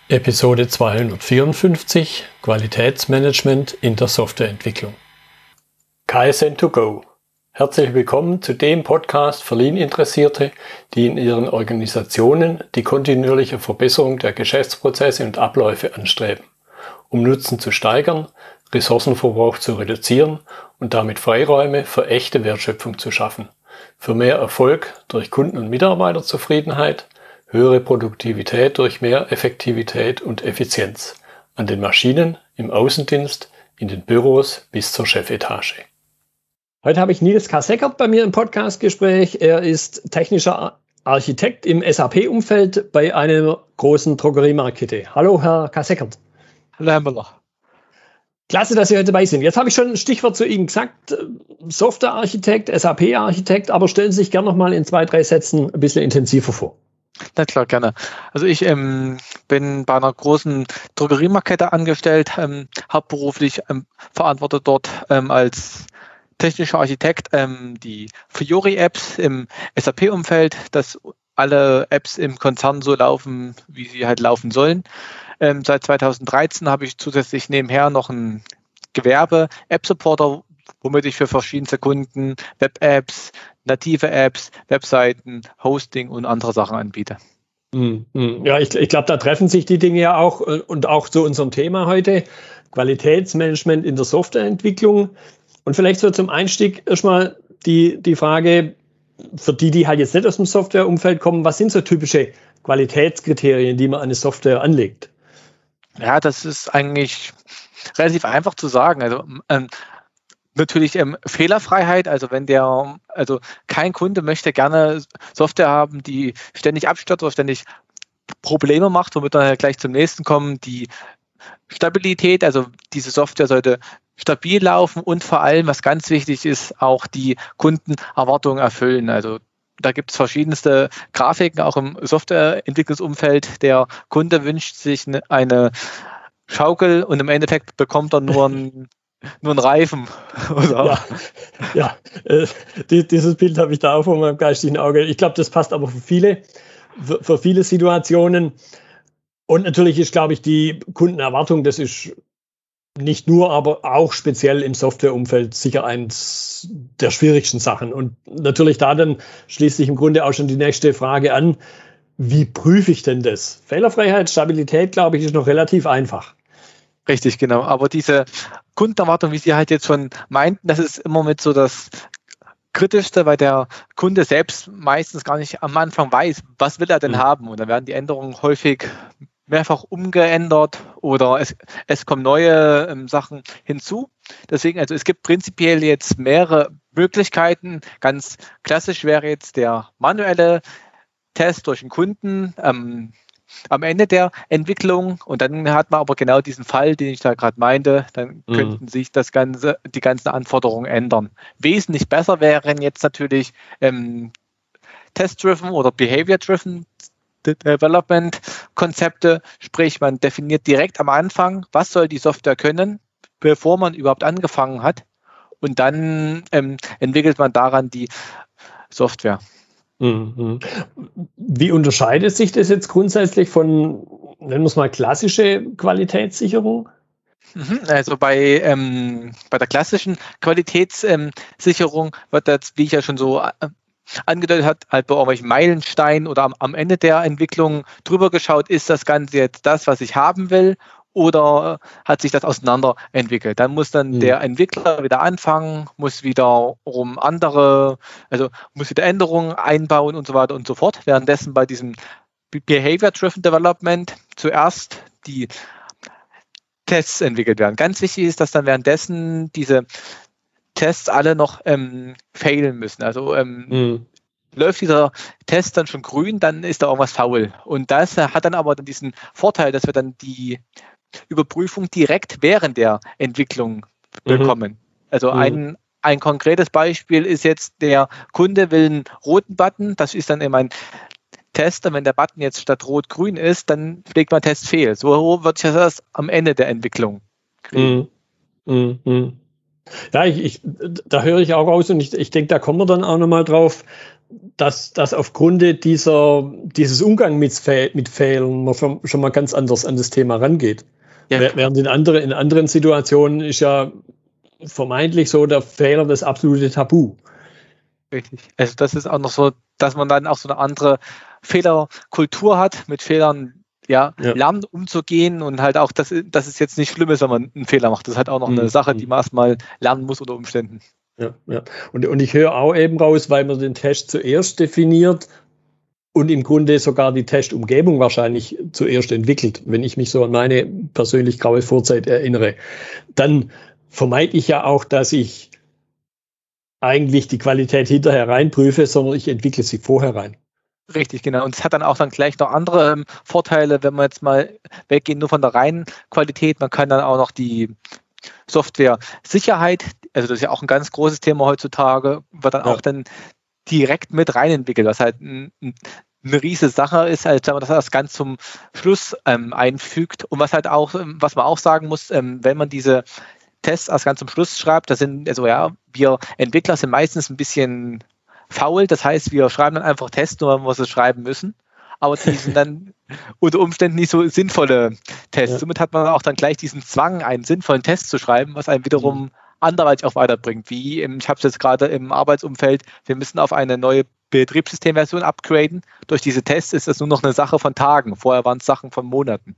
Episode 254 Qualitätsmanagement in der Softwareentwicklung. Kaizen2Go. Herzlich willkommen zu dem Podcast für Lean-Interessierte, die in ihren Organisationen die kontinuierliche Verbesserung der Geschäftsprozesse und Abläufe anstreben, um Nutzen zu steigern, Ressourcenverbrauch zu reduzieren und damit Freiräume für echte Wertschöpfung zu schaffen, für mehr Erfolg durch Kunden- und Mitarbeiterzufriedenheit, höhere Produktivität durch mehr Effektivität und Effizienz an den Maschinen, im Außendienst, in den Büros bis zur Chefetage. Heute habe ich Nils K. Seckert bei mir im Podcastgespräch. Er ist technischer Architekt im SAP-Umfeld bei einer großen Drogeriemarktkette. Hallo, Herr K. Seckert. Hallo, Herr Müller. Klasse, dass Sie heute dabei sind. Jetzt habe ich schon ein Stichwort zu Ihnen gesagt. Software-Architekt, SAP-Architekt, aber stellen Sie sich gerne noch mal in 2-3 Sätzen ein bisschen intensiver vor. Na klar, gerne. Also ich bin bei einer großen Drogeriemarktkette angestellt, hauptberuflich verantworte dort als technischer Architekt die Fiori-Apps im SAP-Umfeld, dass alle Apps im Konzern so laufen, wie sie halt laufen sollen. Seit 2013 habe ich zusätzlich nebenher noch ein Gewerbe-App-Supporter, womit ich für verschiedenste Kunden Web-Apps, native Apps, Webseiten, Hosting und andere Sachen anbiete. Ja, ich glaube, da treffen sich die Dinge ja auch und auch zu unserem Thema heute, Qualitätsmanagement in der Softwareentwicklung. Und vielleicht so zum Einstieg erstmal die Frage, für die halt jetzt nicht aus dem Softwareumfeld kommen, was sind so typische Qualitätskriterien, die man an eine Software anlegt? Ja, das ist eigentlich relativ einfach zu sagen. Also natürlich Fehlerfreiheit, also kein Kunde möchte gerne Software haben, die ständig abstürzt oder ständig Probleme macht, womit wir gleich zum nächsten kommen. Die Stabilität, also diese Software sollte stabil laufen und vor allem, was ganz wichtig ist, auch die Kundenerwartungen erfüllen. Also da gibt es verschiedenste Grafiken, auch im Softwareentwicklungsumfeld. Der Kunde wünscht sich eine Schaukel und im Endeffekt bekommt er nur einen Reifen. Dieses Bild habe ich da auch vor meinem geistigen Auge. Ich glaube, das passt aber für viele Situationen. Und natürlich ist, glaube ich, die Kundenerwartung, das ist nicht nur, aber auch speziell im Softwareumfeld sicher eins der schwierigsten Sachen. Und natürlich da dann schließt sich im Grunde auch schon die nächste Frage an, wie prüfe ich denn das? Fehlerfreiheit, Stabilität, glaube ich, ist noch relativ einfach. Richtig, genau. Aber diese Kundenerwartung, wie Sie halt jetzt schon meinten, das ist immer mit so das Kritischste, weil der Kunde selbst meistens gar nicht am Anfang weiß, was will er denn haben. Und dann werden die Änderungen häufig mehrfach umgeändert oder es kommen neue Sachen hinzu. Deswegen, also es gibt prinzipiell jetzt mehrere Möglichkeiten. Ganz klassisch wäre jetzt der manuelle Test durch den Kunden am Ende der Entwicklung, und dann hat man aber genau diesen Fall, den ich da gerade meinte, dann könnten sich die ganzen Anforderungen ändern. Wesentlich besser wären jetzt natürlich Test-Driven oder Behavior-Driven Development-Konzepte, sprich man definiert direkt am Anfang, was soll die Software können, bevor man überhaupt angefangen hat, und dann entwickelt man daran die Software. Wie unterscheidet sich das jetzt grundsätzlich von, nennen wir es mal, klassische Qualitätssicherung? Also bei der klassischen Qualitätssicherung wird das, wie ich ja schon so angedeutet hat, halt bei irgendwelchen Meilensteinen oder am Ende der Entwicklung drüber geschaut, ist das Ganze jetzt das, was ich haben will, oder hat sich das auseinanderentwickelt? Dann muss der Entwickler wieder anfangen, muss wieder muss wieder Änderungen einbauen und so weiter und so fort. Währenddessen bei diesem Behavior-Driven Development zuerst die Tests entwickelt werden. Ganz wichtig ist, dass dann währenddessen diese Tests alle noch failen müssen. Also läuft dieser Test dann schon grün, dann ist da irgendwas faul. Und das hat dann aber diesen Vorteil, dass wir dann die Überprüfung direkt während der Entwicklung bekommen. Also ein konkretes Beispiel ist jetzt, der Kunde will einen roten Button, das ist dann eben ein Test, und wenn der Button jetzt statt rot grün ist, dann schlägt man Test fehl. So wird sich das am Ende der Entwicklung kriegen. Ja, da höre ich auch raus und ich denke, da kommen wir dann auch nochmal drauf, dass aufgrund dieses Umgang mit Fehlern man schon mal ganz anders an das Thema rangeht. Ja. Während in anderen Situationen ist ja vermeintlich so der Fehler das absolute Tabu. Richtig. Also das ist auch noch so, dass man dann auch so eine andere Fehlerkultur hat, mit Fehlern lernen umzugehen und halt auch, dass es jetzt nicht schlimm ist, wenn man einen Fehler macht. Das ist halt auch noch eine Sache, die man erstmal lernen muss unter Umständen. Ja. Und ich höre auch eben raus, weil man den Test zuerst definiert und im Grunde sogar die Testumgebung wahrscheinlich zuerst entwickelt, wenn ich mich so an meine persönlich graue Vorzeit erinnere. Dann vermeide ich ja auch, dass ich eigentlich die Qualität hinterher reinprüfe, sondern ich entwickle sie vorher rein. Richtig, genau. Und es hat dann auch dann gleich noch andere Vorteile, wenn wir jetzt mal weggehen nur von der reinen Qualität. Man kann dann auch noch die Software-Sicherheit, also das ist ja auch ein ganz großes Thema heutzutage, wird dann auch dann direkt mit rein entwickelt, was halt eine riesige Sache ist, als wenn man das ganz zum Schluss einfügt. Und was halt auch, was man auch sagen muss, wenn man diese Tests erst ganz zum Schluss schreibt, wir Entwickler sind meistens ein bisschen faul, das heißt, wir schreiben dann einfach Tests, nur wenn wir sie schreiben müssen, aber die sind dann unter Umständen nicht so sinnvolle Tests. Ja. Somit hat man auch dann gleich diesen Zwang, einen sinnvollen Test zu schreiben, was einen wiederum anderweitig auch weiterbringt, wie ich habe es jetzt gerade im Arbeitsumfeld, wir müssen auf eine neue Betriebssystemversion upgraden. Durch diese Tests ist das nur noch eine Sache von Tagen, vorher waren es Sachen von Monaten.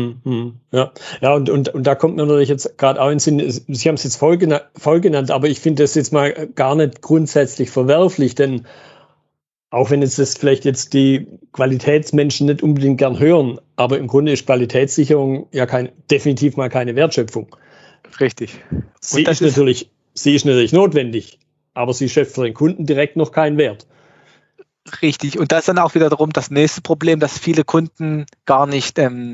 Ja, und da kommt mir natürlich jetzt gerade auch in den Sinn, Sie haben es jetzt voll genannt, aber ich finde das jetzt mal gar nicht grundsätzlich verwerflich, denn auch wenn das vielleicht jetzt die Qualitätsmenschen nicht unbedingt gern hören, aber im Grunde ist Qualitätssicherung ja definitiv mal keine Wertschöpfung. Richtig. Sie ist natürlich notwendig, aber sie schöpft für den Kunden direkt noch keinen Wert. Richtig. Und das ist dann auch wieder darum, das nächste Problem, dass viele Kunden gar nicht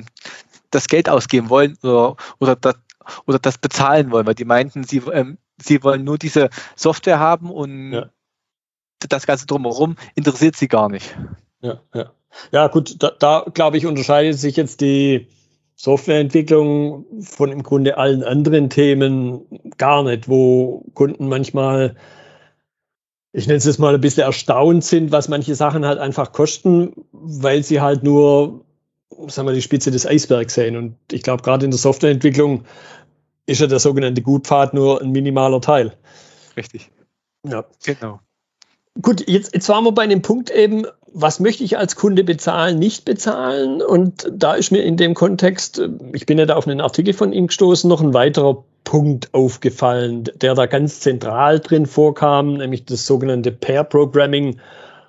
das Geld ausgeben wollen oder das bezahlen wollen, weil die meinten, sie wollen nur diese Software haben und das Ganze drumherum interessiert sie gar nicht. Ja gut, da glaube ich, unterscheidet sich jetzt die Softwareentwicklung von im Grunde allen anderen Themen gar nicht, wo Kunden manchmal, ich nenne es jetzt mal, ein bisschen erstaunt sind, was manche Sachen halt einfach kosten, weil sie halt nur, sagen wir, die Spitze des Eisbergs sehen. Und ich glaube, gerade in der Softwareentwicklung ist ja der sogenannte Gutpfad nur ein minimaler Teil. Richtig. Ja. Genau. Gut, jetzt waren wir bei dem Punkt eben, was möchte ich als Kunde bezahlen, nicht bezahlen? Und da ist mir in dem Kontext, ich bin ja da auf einen Artikel von Ihnen gestoßen, noch ein weiterer Punkt aufgefallen, der da ganz zentral drin vorkam, nämlich das sogenannte Pair Programming,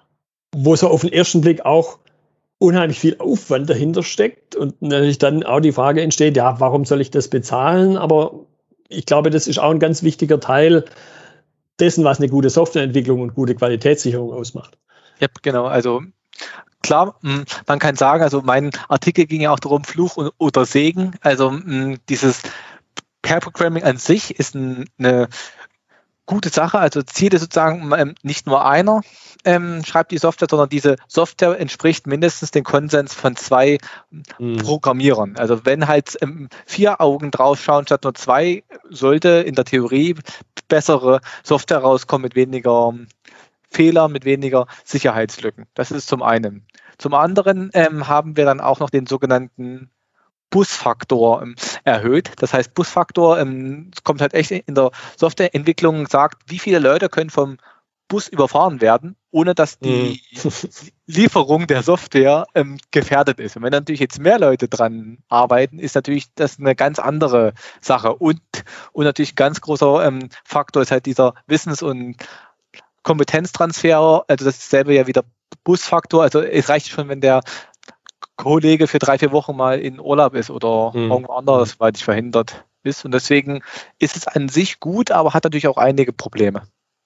wo so auf den ersten Blick auch unheimlich viel Aufwand dahinter steckt und natürlich dann auch die Frage entsteht, ja, warum soll ich das bezahlen? Aber ich glaube, das ist auch ein ganz wichtiger Teil dessen, was eine gute Softwareentwicklung und gute Qualitätssicherung ausmacht. Ja, genau. Also klar, man kann sagen, also mein Artikel ging ja auch darum, Fluch oder Segen. Also dieses Pair Programming an sich ist eine gute Sache. Also Ziel ist sozusagen, nicht nur einer schreibt die Software, sondern diese Software entspricht mindestens dem Konsens von 2 Programmierern. Also wenn halt 4 Augen drauf schauen statt nur 2, sollte in der Theorie bessere Software rauskommen mit weniger Fehler, mit weniger Sicherheitslücken. Das ist zum einen. Zum anderen haben wir dann auch noch den sogenannten Busfaktor erhöht. Das heißt, Busfaktor kommt halt echt in der Softwareentwicklung, sagt, wie viele Leute können vom Bus überfahren werden, ohne dass die Lieferung der Software gefährdet ist. Und wenn natürlich jetzt mehr Leute dran arbeiten, ist natürlich das eine ganz andere Sache. Und natürlich ein ganz großer Faktor ist halt dieser Wissens- und Kompetenztransfer. Also das ist selber ja wieder Busfaktor. Also es reicht schon, wenn der Kollege für 3-4 Wochen mal in Urlaub ist oder irgendwo anders, weil ich verhindert ist. Und deswegen ist es an sich gut, aber hat natürlich auch einige Probleme.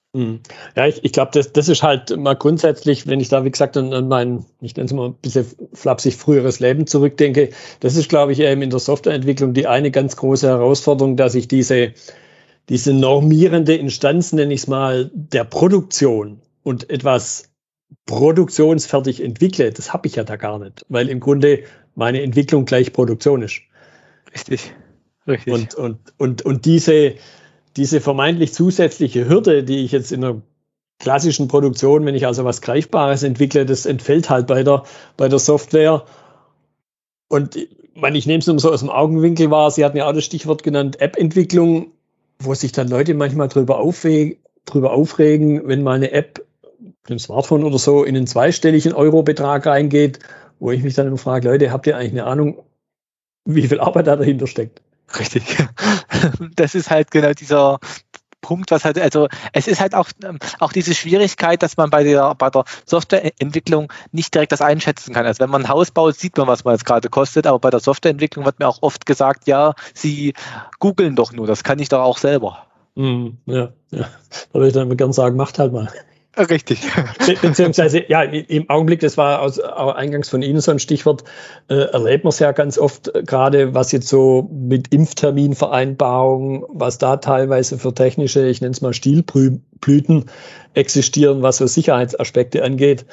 Ja, ich glaube, das ist halt mal grundsätzlich, wenn ich da, wie gesagt, an mein, ich nenne es mal ein bisschen flapsig, früheres Leben zurückdenke, das ist, glaube ich, eben in der Softwareentwicklung die eine ganz große Herausforderung, dass ich diese normierende Instanz, nenne ich es mal, der Produktion und etwas produktionsfertig entwickle, das habe ich ja da gar nicht, weil im Grunde meine Entwicklung gleich Produktion ist. Richtig. Und diese vermeintlich zusätzliche Hürde, die ich jetzt in der klassischen Produktion, wenn ich also was Greifbares entwickle, das entfällt halt bei der Software. Und ich nehme es nur so aus dem Augenwinkel wahr, Sie hatten ja auch das Stichwort genannt, App-Entwicklung, wo sich dann Leute manchmal drüber aufregen, wenn mal eine App, ein Smartphone oder so, in einen zweistelligen Euro-Betrag reingeht, wo ich mich dann immer frage, Leute, habt ihr eigentlich eine Ahnung, wie viel Arbeit da dahinter steckt? Richtig. Das ist halt genau dieser Punkt, was halt, also es ist halt auch diese Schwierigkeit, dass man bei der Softwareentwicklung nicht direkt das einschätzen kann. Also wenn man ein Haus baut, sieht man, was man jetzt gerade kostet, aber bei der Softwareentwicklung wird mir auch oft gesagt, ja, Sie googeln doch nur, das kann ich doch auch selber. Ja. Da würde ich dann gern sagen, macht halt mal. Richtig. Beziehungsweise, ja, im Augenblick, das war auch eingangs von Ihnen so ein Stichwort, erlebt man es ja ganz oft, gerade was jetzt so mit Impfterminvereinbarungen, was da teilweise für technische, ich nenne es mal Stilblüten existieren, was so Sicherheitsaspekte angeht.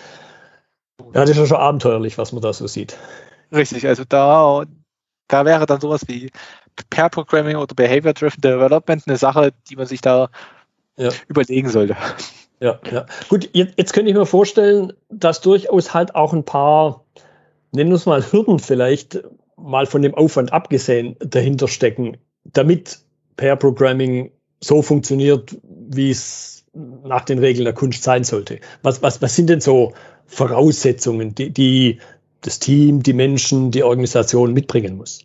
Ja, das ist ja schon abenteuerlich, was man da so sieht. Richtig, also da wäre dann sowas wie Pair Programming oder Behavior Driven Development eine Sache, die man sich da überlegen sollte. Ja. Gut, jetzt könnte ich mir vorstellen, dass durchaus halt auch ein paar, nennen wir es mal Hürden vielleicht, mal von dem Aufwand abgesehen, dahinter stecken, damit Pair Programming so funktioniert, wie es nach den Regeln der Kunst sein sollte. Was sind denn so Voraussetzungen, die das Team, die Menschen, die Organisation mitbringen muss?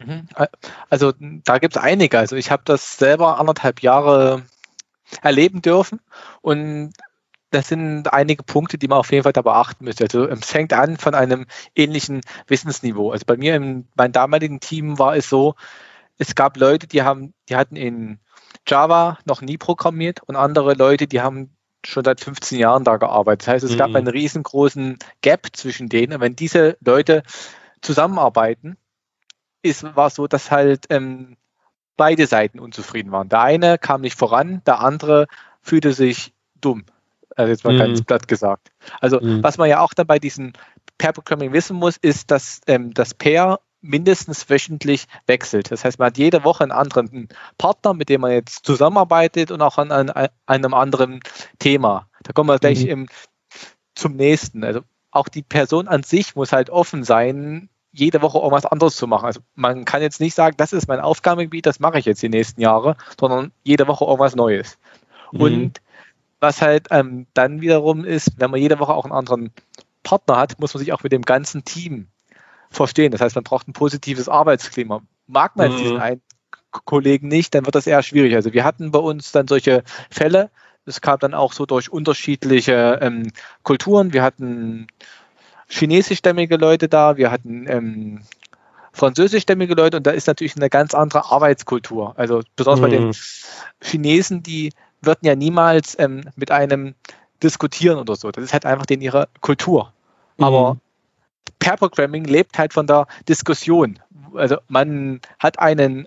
Also da gibt es einige. Also ich habe das selber 1,5 Jahre erleben dürfen und das sind einige Punkte, die man auf jeden Fall da beachten müsste. Also es fängt an von einem ähnlichen Wissensniveau. Also bei mir in meinem damaligen Team war es so, es gab Leute, die hatten in Java noch nie programmiert und andere Leute, die haben schon seit 15 Jahren da gearbeitet. Das heißt, es gab einen riesengroßen Gap zwischen denen. Und wenn diese Leute zusammenarbeiten, war es so, dass halt beide Seiten unzufrieden waren. Der eine kam nicht voran, der andere fühlte sich dumm. Also jetzt mal ganz platt gesagt. Also was man ja auch dann bei diesem Pair Programming wissen muss, ist, dass das Pair mindestens wöchentlich wechselt. Das heißt, man hat jede Woche einen anderen Partner, mit dem man jetzt zusammenarbeitet und auch an einem anderen Thema. Da kommen wir gleich zum nächsten. Also auch die Person an sich muss halt offen sein, jede Woche irgendwas anderes zu machen. Also man kann jetzt nicht sagen, das ist mein Aufgabengebiet, das mache ich jetzt die nächsten Jahre, sondern jede Woche irgendwas Neues. Und was halt dann wiederum ist, wenn man jede Woche auch einen anderen Partner hat, muss man sich auch mit dem ganzen Team verstehen. Das heißt, man braucht ein positives Arbeitsklima. Mag man jetzt diesen einen Kollegen nicht, dann wird das eher schwierig. Also wir hatten bei uns dann solche Fälle, es kam dann auch so durch unterschiedliche Kulturen. Wir hatten chinesischstämmige Leute da, wir hatten französischstämmige Leute und da ist natürlich eine ganz andere Arbeitskultur. Also besonders bei den Chinesen, die würden ja niemals mit einem diskutieren oder so. Das ist halt einfach denen ihre Kultur. Aber Pair Programming lebt halt von der Diskussion. Also man hat einen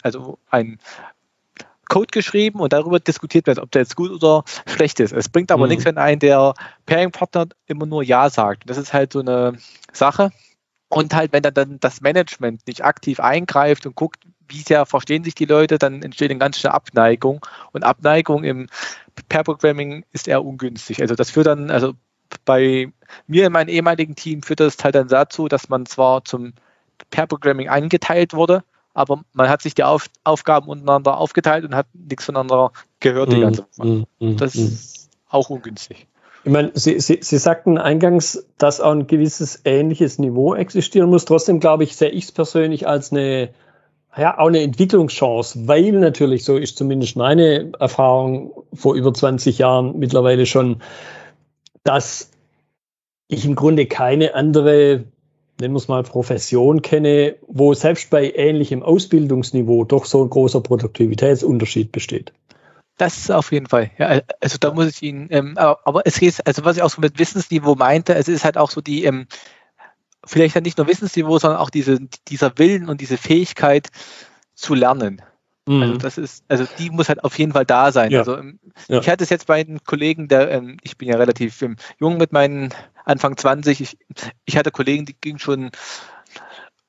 Code geschrieben und darüber diskutiert wird, ob der jetzt gut oder schlecht ist. Es bringt aber nichts, wenn der Pairing-Partner immer nur Ja sagt. Das ist halt so eine Sache. Und halt, wenn dann das Management nicht aktiv eingreift und guckt, wie sehr verstehen sich die Leute, dann entsteht eine ganz schöne Abneigung. Und Abneigung im Pair-Programming ist eher ungünstig. Also das führt dann, also bei mir in meinem ehemaligen Team führt das halt dann dazu, dass man zwar zum Pair-Programming eingeteilt wurde, aber man hat sich die Aufgaben untereinander aufgeteilt und hat nichts voneinander gehört die ganze Woche. Das ist auch ungünstig. Ich meine, Sie sagten eingangs, dass auch ein gewisses ähnliches Niveau existieren muss. Trotzdem, glaube ich, sehe ich es persönlich als auch eine Entwicklungschance, weil natürlich, so ist zumindest meine Erfahrung vor über 20 Jahren mittlerweile schon, dass ich im Grunde keine andere, nennen wir es mal, Profession kenne, wo selbst bei ähnlichem Ausbildungsniveau doch so ein großer Produktivitätsunterschied besteht. Das ist auf jeden Fall. Ja, also da muss ich Ihnen, aber es geht, also was ich auch so mit Wissensniveau meinte, es ist halt auch so die, vielleicht nicht nur Wissensniveau, sondern auch dieser Willen und diese Fähigkeit zu lernen. Also die muss halt auf jeden Fall da sein. Ja. Also ich hatte es jetzt bei einem Kollegen, ich bin ja relativ jung mit meinen Anfang 20, ich hatte Kollegen, die gingen schon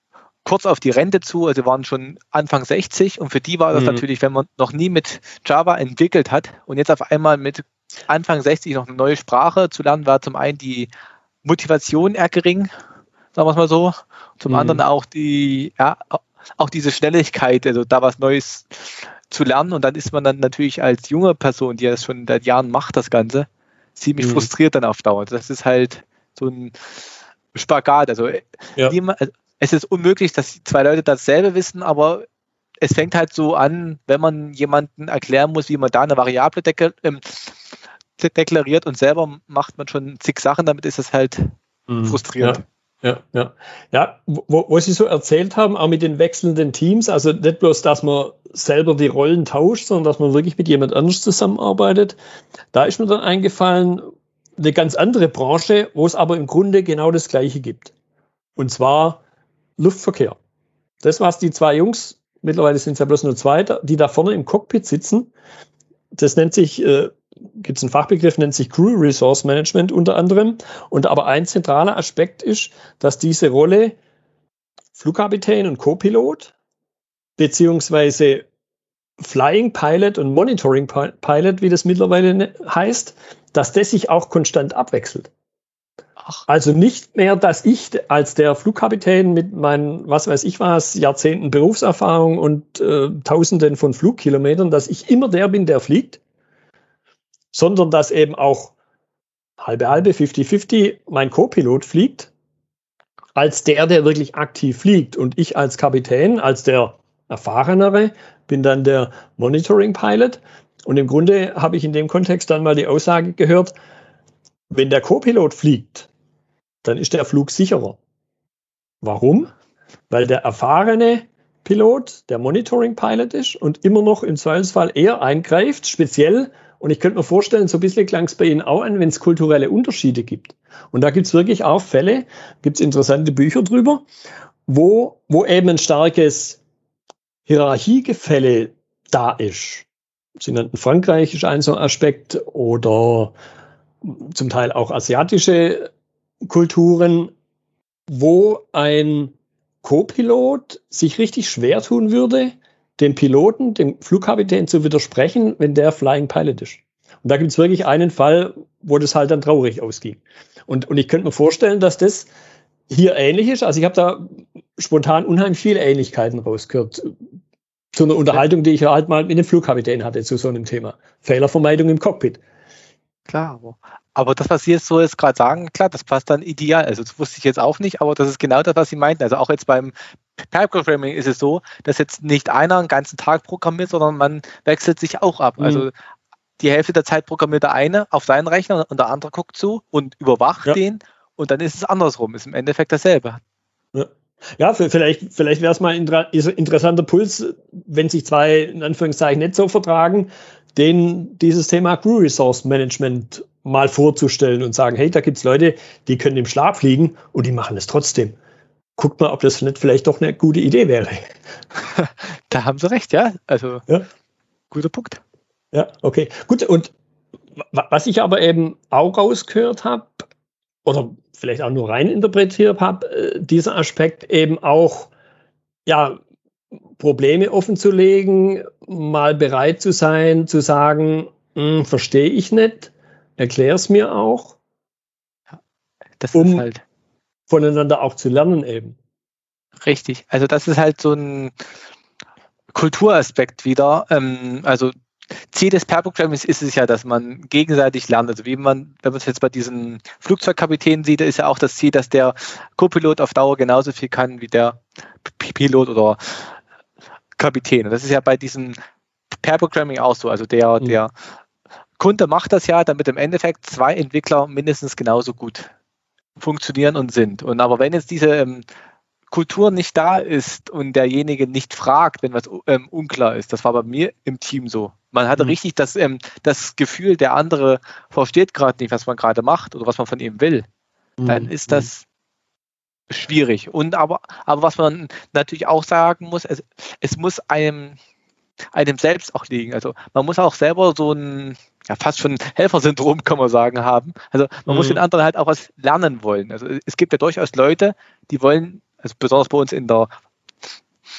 kurz auf die Rente zu, also waren schon Anfang 60 und für die war das natürlich, wenn man noch nie mit Java entwickelt hat und jetzt auf einmal mit Anfang 60 noch eine neue Sprache zu lernen, war zum einen die Motivation eher gering, sagen wir es mal so, zum anderen auch auch diese Schnelligkeit, also da was Neues zu lernen und dann ist man dann natürlich als junge Person, die das schon seit Jahren macht, das Ganze, ziemlich frustriert dann auf Dauer. Das ist halt so ein Spagat, also es ist unmöglich, dass zwei Leute dasselbe wissen, aber es fängt halt so an, wenn man jemandem erklären muss, wie man da eine Variable deklariert und selber macht man schon zig Sachen, damit ist es halt frustrierend. Ja, wo Sie so erzählt haben, auch mit den wechselnden Teams, also nicht bloß, dass man selber die Rollen tauscht, sondern dass man wirklich mit jemand anders zusammenarbeitet. Da ist mir dann eingefallen, eine ganz andere Branche, wo es aber im Grunde genau das Gleiche gibt. Und zwar Luftverkehr. Das, was die zwei Jungs, mittlerweile sind es ja bloß nur zwei, die da vorne im Cockpit sitzen, das nennt sich, gibt es einen Fachbegriff, nennt sich Crew Resource Management unter anderem. Und aber ein zentraler Aspekt ist, dass diese Rolle Flugkapitän und Co-Pilot beziehungsweise Flying Pilot und Monitoring Pilot, wie das mittlerweile heißt, dass das sich auch konstant abwechselt. Also nicht mehr, dass ich als der Flugkapitän mit meinen, was weiß ich was, Jahrzehnten Berufserfahrung und Tausenden von Flugkilometern, dass ich immer der bin, der fliegt, sondern dass eben auch halbe, 50-50 mein Co-Pilot fliegt, als der wirklich aktiv fliegt. Und ich als Kapitän, als der Erfahrenere, bin dann der Monitoring Pilot. Und im Grunde habe ich in dem Kontext dann mal die Aussage gehört, wenn der Co-Pilot fliegt, dann ist der Flug sicherer. Warum? Weil der erfahrene Pilot der Monitoring Pilot ist und immer noch im Zweifelsfall eher eingreift, speziell, und ich könnte mir vorstellen, so ein bisschen klang es bei Ihnen auch an, wenn es kulturelle Unterschiede gibt. Und da gibt es wirklich auch Fälle, gibt es interessante Bücher drüber, wo eben ein starkes Hierarchiegefälle da ist. Sie nannten Frankreich ist ein so ein Aspekt oder zum Teil auch asiatische Kulturen, wo ein Co-Pilot sich richtig schwer tun würde, dem Piloten, dem Flugkapitän zu widersprechen, wenn der Flying Pilot ist. Und da gibt es wirklich einen Fall, wo das halt dann traurig ausging. Und ich könnte mir vorstellen, dass das hier ähnlich ist. Also ich habe da spontan unheimlich viele Ähnlichkeiten rausgehört. Zu einer Unterhaltung, die ich halt mal mit dem Flugkapitän hatte, zu so einem Thema. Fehlervermeidung im Cockpit. Klar, aber das, was Sie jetzt so jetzt gerade sagen, klar, das passt dann ideal. Also das wusste ich jetzt auch nicht, aber das ist genau das, was Sie meinten. Also auch jetzt beim Pair Programming ist es so, dass jetzt nicht einer einen ganzen Tag programmiert, sondern man wechselt sich auch ab. Also die Hälfte der Zeit programmiert der eine auf seinen Rechner und der andere guckt zu und überwacht den und dann ist es andersrum, ist im Endeffekt dasselbe. Ja, vielleicht wäre es mal ein interessanter Puls, wenn sich zwei, in Anführungszeichen, nicht so vertragen, denen dieses Thema Crew Resource Management mal vorzustellen und sagen, hey, da gibt es Leute, die können im Schlaf fliegen und die machen es trotzdem. Guckt mal, ob das nicht vielleicht doch eine gute Idee wäre. Da haben Sie recht, ja. Also, guter Punkt. Ja, okay. Gut, und was ich aber eben auch rausgehört habe, oder vielleicht auch nur rein interpretiert habe, dieser Aspekt eben auch, Probleme offenzulegen, mal bereit zu sein, zu sagen, verstehe ich nicht, erklär es mir auch, das ist halt voneinander auch zu lernen eben. Richtig, also das ist halt so ein Kulturaspekt wieder, also Ziel des Pair-Programmings ist es ja, dass man gegenseitig lernt. Also wenn man es jetzt bei diesen Flugzeugkapitänen sieht, ist ja auch das Ziel, dass der Co-Pilot auf Dauer genauso viel kann wie der Pilot oder Kapitän. Und das ist ja bei diesem Pair-Programming auch so. Also der Kunde macht das ja, damit im Endeffekt zwei Entwickler mindestens genauso gut funktionieren und sind. Und aber wenn jetzt diese Kultur nicht da ist und derjenige nicht fragt, wenn was unklar ist, das war bei mir im Team so. Man hatte richtig das Gefühl, der andere versteht gerade nicht, was man gerade macht oder was man von ihm will. Dann ist das schwierig. Und aber was man natürlich auch sagen muss, es muss einem selbst auch liegen. Also man muss auch selber so ein fast schon Helfersyndrom, kann man sagen, haben. Also man muss den anderen halt auch was lernen wollen. Also es gibt ja durchaus Leute, die wollen, also besonders bei uns in der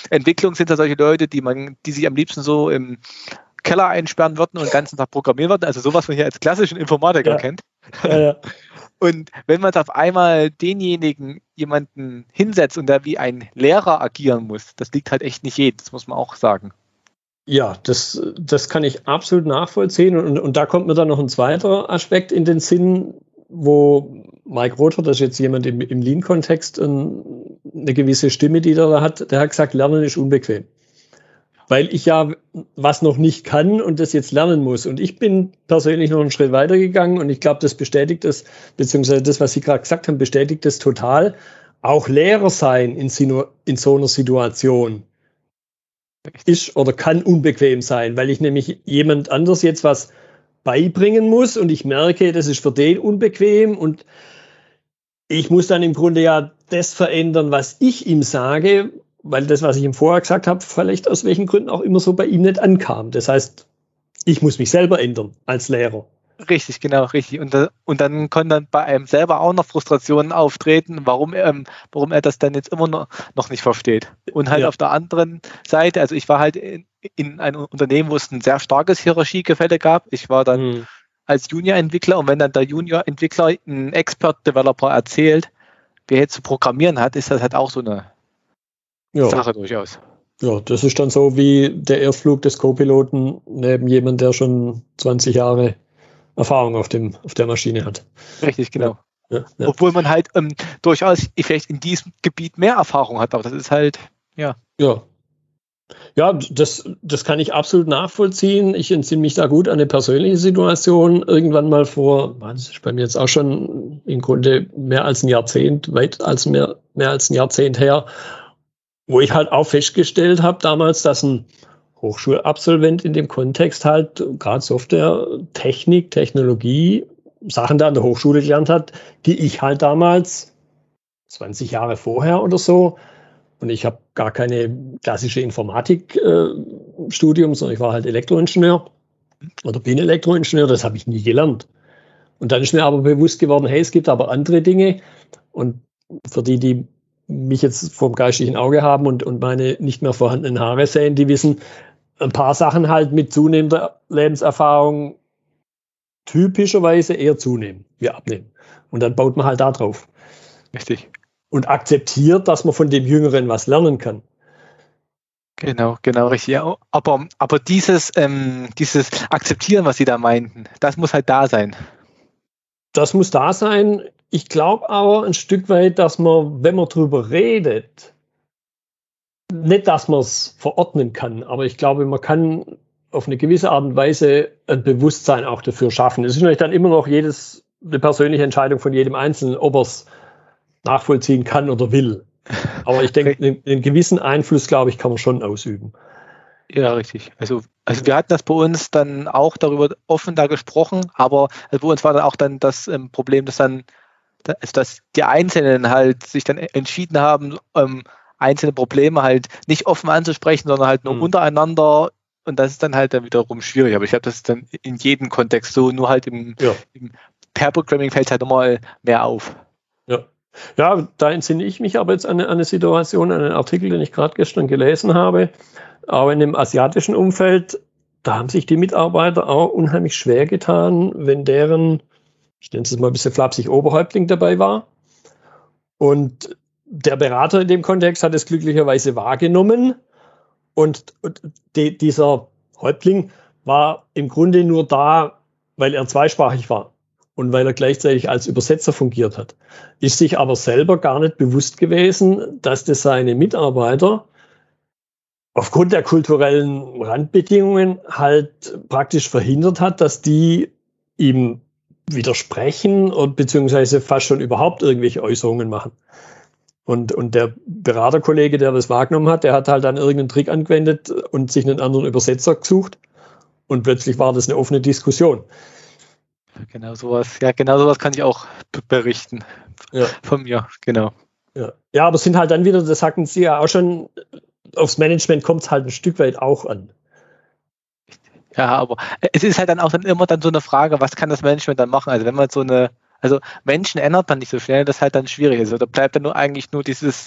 Entwicklung sind da solche Leute, die sich am liebsten so im Keller einsperren würden und den ganzen Tag programmieren würden. Also sowas, was man hier als klassischen Informatiker kennt. Ja. Und wenn man auf einmal jemanden hinsetzt und der wie ein Lehrer agieren muss, das liegt halt echt nicht jedem, das muss man auch sagen. Ja, das kann ich absolut nachvollziehen. Und da kommt mir dann noch ein zweiter Aspekt in den Sinn, wo Mike Rother, das ist jetzt jemand im Lean-Kontext, eine gewisse Stimme, die der da hat, der hat gesagt, Lernen ist unbequem. Weil ich ja was noch nicht kann und das jetzt lernen muss. Und ich bin persönlich noch einen Schritt weiter gegangen und ich glaube, das bestätigt das, beziehungsweise das, was Sie gerade gesagt haben, bestätigt das total. Auch Lehrer sein in so einer Situation ist oder kann unbequem sein, weil ich nämlich jemand anders jetzt was beibringen muss und ich merke, das ist für den unbequem und ich muss dann im Grunde ja das verändern, was ich ihm sage, weil das, was ich ihm vorher gesagt habe, vielleicht aus welchen Gründen auch immer so bei ihm nicht ankam. Das heißt, ich muss mich selber ändern als Lehrer. Richtig, genau, richtig. Und dann können dann bei einem selber auch noch Frustrationen auftreten, warum er das dann jetzt immer noch nicht versteht. Und halt auf der anderen Seite, also ich war halt in einem Unternehmen, wo es ein sehr starkes Hierarchiegefälle gab. Ich war dann als Junior-Entwickler und wenn dann der Junior-Entwickler einen Expert-Developer erzählt, wer jetzt zu programmieren hat, ist das halt auch so eine Sache durchaus. Ja, das ist dann so wie der Erstflug des Co-Piloten neben jemand, der schon 20 Jahre Erfahrung auf der Maschine hat. Richtig, genau. Ja. Obwohl man halt durchaus vielleicht in diesem Gebiet mehr Erfahrung hat, aber das ist halt, Ja, das kann ich absolut nachvollziehen. Ich entsinne mich da gut an eine persönliche Situation. Irgendwann mal das ist bei mir jetzt auch schon im Grunde mehr als ein Jahrzehnt, weit als mehr als ein Jahrzehnt her, wo ich halt auch festgestellt habe damals, dass ein Hochschulabsolvent in dem Kontext halt gerade Software, Technik, Technologie, Sachen da an der Hochschule gelernt hat, die ich halt damals 20 Jahre vorher oder so, und ich habe gar keine klassische Informatik-Studium, sondern ich war halt Elektroingenieur oder bin Elektroingenieur, das habe ich nie gelernt. Und dann ist mir aber bewusst geworden, hey, es gibt aber andere Dinge und für die mich jetzt vom geistigen Auge haben und meine nicht mehr vorhandenen Haare sehen, die wissen, ein paar Sachen halt mit zunehmender Lebenserfahrung typischerweise eher zunehmen, wie abnehmen. Und dann baut man halt da drauf. Richtig. Und akzeptiert, dass man von dem Jüngeren was lernen kann. Genau, richtig. Ja, aber dieses Akzeptieren, was Sie da meinten, das muss halt da sein. Das muss da sein. Ich glaube aber ein Stück weit, dass man, wenn man drüber redet, nicht, dass man es verordnen kann, aber ich glaube, man kann auf eine gewisse Art und Weise ein Bewusstsein auch dafür schaffen. Es ist natürlich dann immer noch eine persönliche Entscheidung von jedem Einzelnen, ob er es nachvollziehen kann oder will. Aber ich denke, einen gewissen Einfluss, glaube ich, kann man schon ausüben. Ja, richtig. Also wir hatten das bei uns dann auch darüber offen da gesprochen, aber bei uns war dann auch dann das Problem, dass die Einzelnen halt sich dann entschieden haben, einzelne Probleme halt nicht offen anzusprechen, sondern halt nur untereinander. Und das ist dann halt dann wiederum schwierig. Aber ich glaube, das ist dann in jedem Kontext so, nur halt im Pair-Programming fällt halt nochmal mehr auf. Ja, da entsinne ich mich aber jetzt an eine Situation, an einen Artikel, den ich gerade gestern gelesen habe. Aber in dem asiatischen Umfeld, da haben sich die Mitarbeiter auch unheimlich schwer getan, wenn deren, ich nenne es mal ein bisschen flapsig, Oberhäuptling dabei war. Und der Berater in dem Kontext hat es glücklicherweise wahrgenommen. Und dieser Häuptling war im Grunde nur da, weil er zweisprachig war. Und weil er gleichzeitig als Übersetzer fungiert hat. Ist sich aber selber gar nicht bewusst gewesen, dass das seine Mitarbeiter aufgrund der kulturellen Randbedingungen halt praktisch verhindert hat, dass die ihm widersprechen und beziehungsweise fast schon überhaupt irgendwelche Äußerungen machen. Und der Beraterkollege, der das wahrgenommen hat, der hat halt dann irgendeinen Trick angewendet und sich einen anderen Übersetzer gesucht. Und plötzlich war das eine offene Diskussion. Genau sowas kann ich auch berichten von mir, genau. Ja, aber es sind halt dann wieder, das sagten Sie ja auch schon, aufs Management kommt es halt ein Stück weit auch an. Ja, aber es ist halt dann auch immer dann so eine Frage, was kann das Management dann machen? Also wenn man Menschen ändert man nicht so schnell, das ist halt dann schwierig. Also da bleibt dann eigentlich nur dieses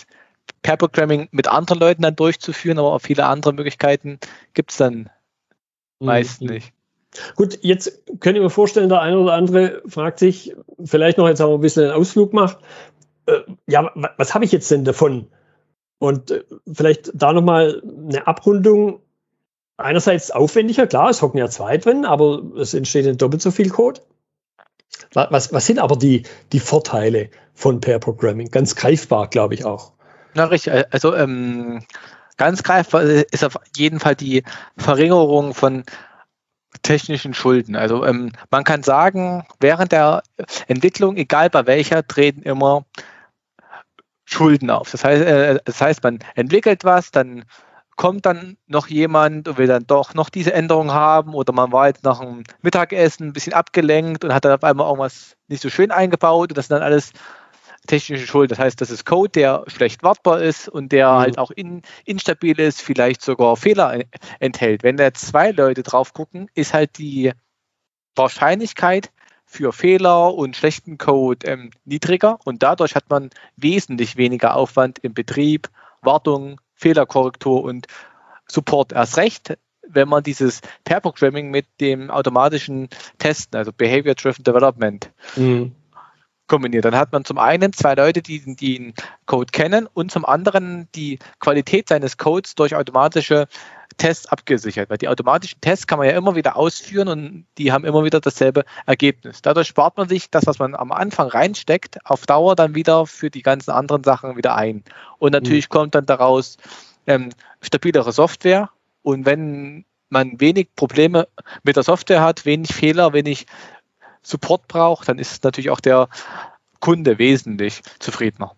Pair-Programming mit anderen Leuten dann durchzuführen, aber auch viele andere Möglichkeiten gibt es dann meist nicht. Gut, jetzt könnte ich mir vorstellen, der eine oder andere fragt sich, vielleicht noch, jetzt haben wir ein bisschen einen Ausflug gemacht, ja, was habe ich jetzt denn davon? Und vielleicht da nochmal eine Abrundung. Einerseits aufwendiger, klar, es hocken ja 2 drin, aber es entsteht nicht doppelt so viel Code. Was sind aber die Vorteile von Pair Programming? Ganz greifbar, glaube ich auch. Na richtig, also ganz greifbar ist auf jeden Fall die Verringerung von technischen Schulden. Also man kann sagen, während der Entwicklung, egal bei welcher, treten immer Schulden auf. Das heißt, man entwickelt was, dann kommt dann noch jemand und will dann doch noch diese Änderung haben, oder man war jetzt nach dem Mittagessen ein bisschen abgelenkt und hat dann auf einmal irgendwas nicht so schön eingebaut, und das sind dann alles technische Schulden. Das heißt, das ist Code, der schlecht wartbar ist und der halt auch instabil ist, vielleicht sogar Fehler enthält. Wenn da 2 Leute drauf gucken, ist halt die Wahrscheinlichkeit für Fehler und schlechten Code niedriger, und dadurch hat man wesentlich weniger Aufwand im Betrieb, Wartung, Fehlerkorrektur und Support. Erst recht, wenn man dieses Pair-Programming mit dem automatischen Testen, also Behavior-Driven Development, kombiniert. Dann hat man zum einen 2 Leute, die den Code kennen, und zum anderen die Qualität seines Codes durch automatische Tests abgesichert. Weil die automatischen Tests kann man ja immer wieder ausführen und die haben immer wieder dasselbe Ergebnis. Dadurch spart man sich das, was man am Anfang reinsteckt, auf Dauer dann wieder für die ganzen anderen Sachen wieder ein. Und natürlich kommt dann daraus stabilere Software, und wenn man wenig Probleme mit der Software hat, wenig Fehler, wenig Support braucht, dann ist natürlich auch der Kunde wesentlich zufriedener.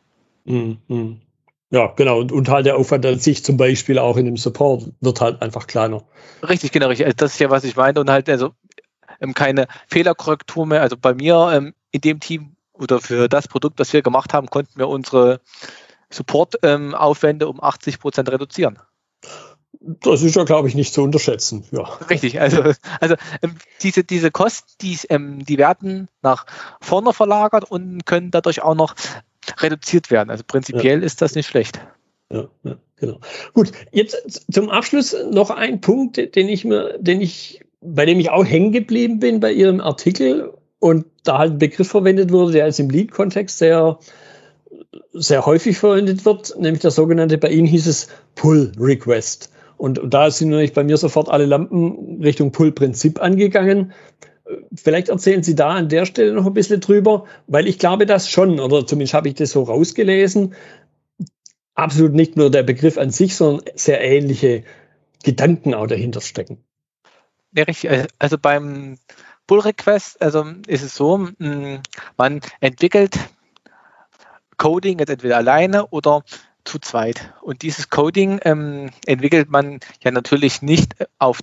Ja, genau. Und halt der Aufwand an sich zum Beispiel auch in dem Support wird halt einfach kleiner. Richtig, genau. Richtig. Also das ist ja, was ich meine. Und halt also keine Fehlerkorrektur mehr. Also bei mir in dem Team oder für das Produkt, das wir gemacht haben, konnten wir unsere Support-Aufwände um 80% reduzieren. Das ist ja, glaube ich, nicht zu unterschätzen. Ja. Richtig, also diese Kosten, die werden nach vorne verlagert und können dadurch auch noch reduziert werden. Also prinzipiell ist das nicht schlecht. Ja, genau. Gut, jetzt zum Abschluss noch ein Punkt, bei dem ich auch hängen geblieben bin bei Ihrem Artikel und da halt ein Begriff verwendet wurde, der jetzt im Lead-Kontext sehr, sehr häufig verwendet wird, nämlich der sogenannte, bei Ihnen hieß es Pull-Request. Und da sind natürlich bei mir sofort alle Lampen Richtung Pull-Prinzip angegangen. Vielleicht erzählen Sie da an der Stelle noch ein bisschen drüber, weil ich glaube das schon, oder zumindest habe ich das so rausgelesen, absolut nicht nur der Begriff an sich, sondern sehr ähnliche Gedanken auch dahinter stecken. Ja, richtig. Also beim Pull-Request, also ist es so, man entwickelt Coding jetzt entweder alleine oder zu zweit. Und dieses Coding entwickelt man ja natürlich nicht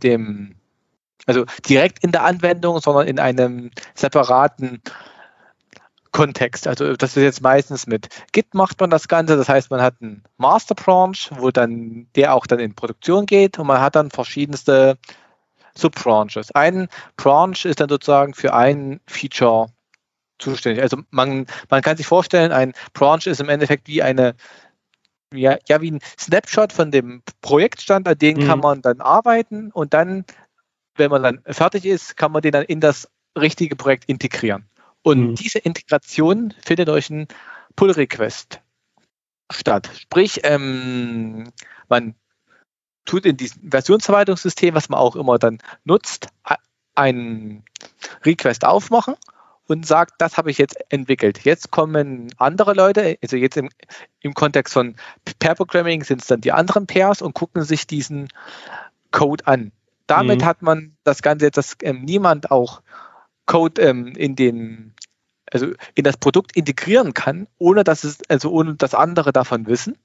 also direkt in der Anwendung, sondern in einem separaten Kontext. Also das ist jetzt meistens mit Git macht man das Ganze. Das heißt, man hat einen Master Branch, wo dann der auch dann in Produktion geht, und man hat dann verschiedenste Subbranches. Ein Branch ist dann sozusagen für ein Feature zuständig. Also man kann sich vorstellen, ein Branch ist im Endeffekt wie wie ein Snapshot von dem Projektstand, an den kann man dann arbeiten, und dann, wenn man dann fertig ist, kann man den dann in das richtige Projekt integrieren. Und diese Integration findet durch einen Pull-Request statt. Sprich, man tut in diesem Versionsverwaltungssystem, was man auch immer dann nutzt, einen Request aufmachen und sagt, das habe ich jetzt entwickelt. Jetzt kommen andere Leute, also jetzt im Kontext von Pair-Programming sind es dann die anderen Pairs, und gucken sich diesen Code an. Damit hat man das Ganze jetzt, dass niemand auch Code in das Produkt integrieren kann, ohne dass andere davon wissen.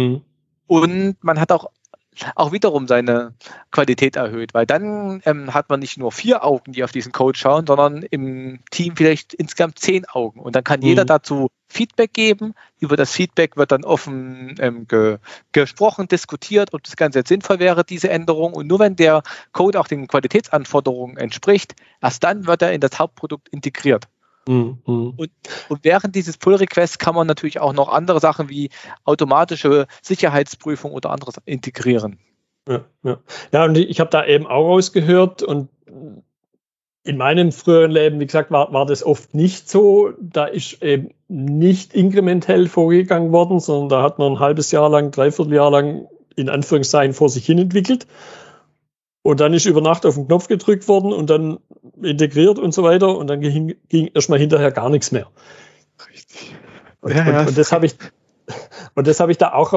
Und man hat auch wiederum seine Qualität erhöht, weil dann hat man nicht nur 4 Augen, die auf diesen Code schauen, sondern im Team vielleicht insgesamt 10 Augen. Und dann kann jeder dazu Feedback geben. Über das Feedback wird dann offen gesprochen, diskutiert, ob das Ganze jetzt sinnvoll wäre, diese Änderung. Und nur wenn der Code auch den Qualitätsanforderungen entspricht, erst dann wird er in das Hauptprodukt integriert. Und während dieses Pull-Requests kann man natürlich auch noch andere Sachen wie automatische Sicherheitsprüfung oder anderes integrieren. Ja, und ich habe da eben auch rausgehört und in meinem früheren Leben, wie gesagt, war das oft nicht so. Da ist eben nicht inkrementell vorgegangen worden, sondern da hat man ein halbes Jahr lang, dreiviertel Jahr lang in Anführungszeichen vor sich hin entwickelt. Und dann ist über Nacht auf den Knopf gedrückt worden und dann integriert und so weiter. Und dann ging erstmal hinterher gar nichts mehr. Richtig. Und das habe ich da auch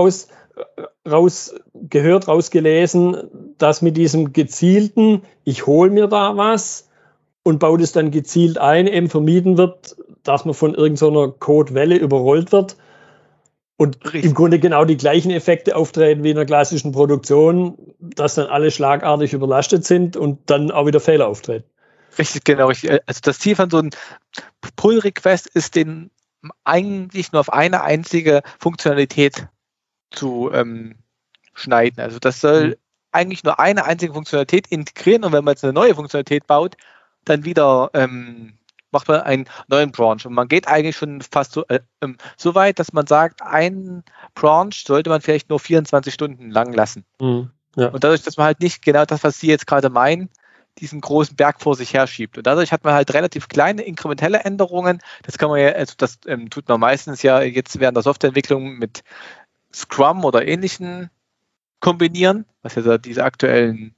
rausgelesen, dass mit diesem gezielten, ich hole mir da was und baue das dann gezielt ein, eben vermieden wird, dass man von irgendeiner Codewelle überrollt wird und im Grunde genau die gleichen Effekte auftreten wie in einer klassischen Produktion, dass dann alle schlagartig überlastet sind und dann auch wieder Fehler auftreten. Richtig, genau. Also das Ziel von so einem Pull-Request ist, den eigentlich nur auf eine einzige Funktionalität zu schneiden. Also das soll eigentlich nur eine einzige Funktionalität integrieren und wenn man jetzt eine neue Funktionalität baut, dann wieder macht man einen neuen Branch. Und man geht eigentlich schon fast so weit, dass man sagt, ein Branch sollte man vielleicht nur 24 Stunden lang lassen. Ja. Und dadurch, dass man halt nicht genau das, was Sie jetzt gerade meinen, diesen großen Berg vor sich her schiebt. Und dadurch hat man halt relativ kleine inkrementelle Änderungen. Das kann man ja, also das tut man meistens ja jetzt während der Softwareentwicklung mit Scrum oder Ähnlichen kombinieren, was ja diese aktuellen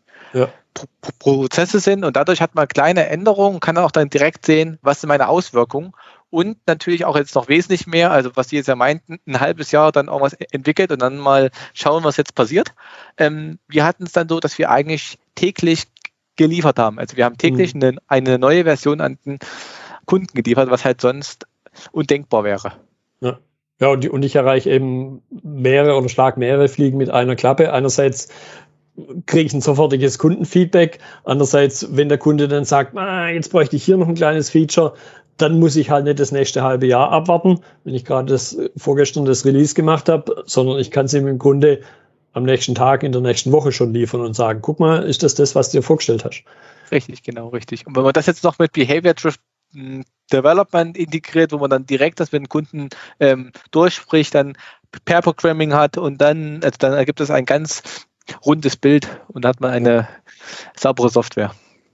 Prozesse sind. Und dadurch hat man kleine Änderungen, kann auch dann direkt sehen, was sind meine Auswirkungen. Und natürlich auch jetzt noch wesentlich mehr, also was Sie jetzt ja meinten, ein halbes Jahr dann auch was entwickelt und dann mal schauen, was jetzt passiert. Wir hatten es dann so, dass wir eigentlich täglich geliefert haben. Also wir haben täglich eine neue Version an den Kunden geliefert, was halt sonst undenkbar wäre. Ja, und ich erreiche eben mehrere Fliegen mit einer Klappe. Einerseits kriege ich ein sofortiges Kundenfeedback. Andererseits, wenn der Kunde dann sagt, jetzt bräuchte ich hier noch ein kleines Feature, dann muss ich halt nicht das nächste halbe Jahr abwarten, wenn ich gerade vorgestern das Release gemacht habe, sondern ich kann es ihm im Grunde am nächsten Tag, in der nächsten Woche schon liefern und sagen, guck mal, ist das, was du dir vorgestellt hast? Richtig, genau, richtig. Und wenn man das jetzt noch mit Behavior-Driven Development integriert, wo man dann direkt das mit dem Kunden durchspricht, dann Pair-Programming hat und dann ergibt es ein ganz rundes Bild und dann hat man eine saubere Software.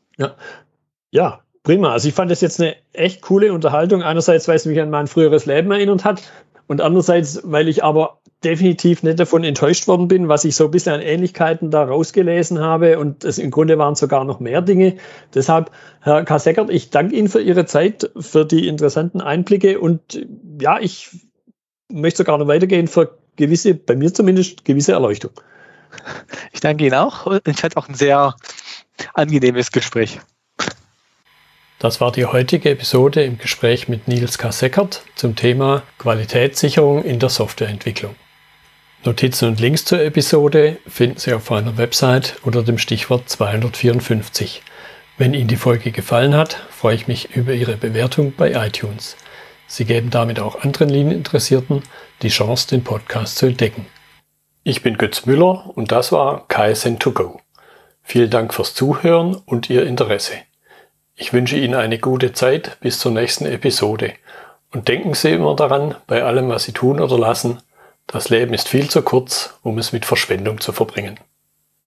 Ja, prima. Also ich fand das jetzt eine echt coole Unterhaltung. Einerseits, weil es mich an mein früheres Leben erinnert hat und andererseits, weil ich aber definitiv nicht davon enttäuscht worden bin, was ich so ein bisschen an Ähnlichkeiten da rausgelesen habe und im Grunde waren sogar noch mehr Dinge. Deshalb, Herr Kasseckert, ich danke Ihnen für Ihre Zeit, für die interessanten Einblicke und ja, ich möchte sogar noch weitergehen für bei mir zumindest, gewisse Erleuchtung. Ich danke Ihnen auch und ich hatte auch ein sehr angenehmes Gespräch. Das war die heutige Episode im Gespräch mit Nils Kasseckert zum Thema Qualitätssicherung in der Softwareentwicklung. Notizen und Links zur Episode finden Sie auf meiner Website unter dem Stichwort 254. Wenn Ihnen die Folge gefallen hat, freue ich mich über Ihre Bewertung bei iTunes. Sie geben damit auch anderen Lean-Interessierten die Chance, den Podcast zu entdecken. Ich bin Götz Müller und das war KSN2Go. Vielen Dank fürs Zuhören und Ihr Interesse. Ich wünsche Ihnen eine gute Zeit bis zur nächsten Episode. Und denken Sie immer daran, bei allem, was Sie tun oder lassen, das Leben ist viel zu kurz, um es mit Verschwendung zu verbringen.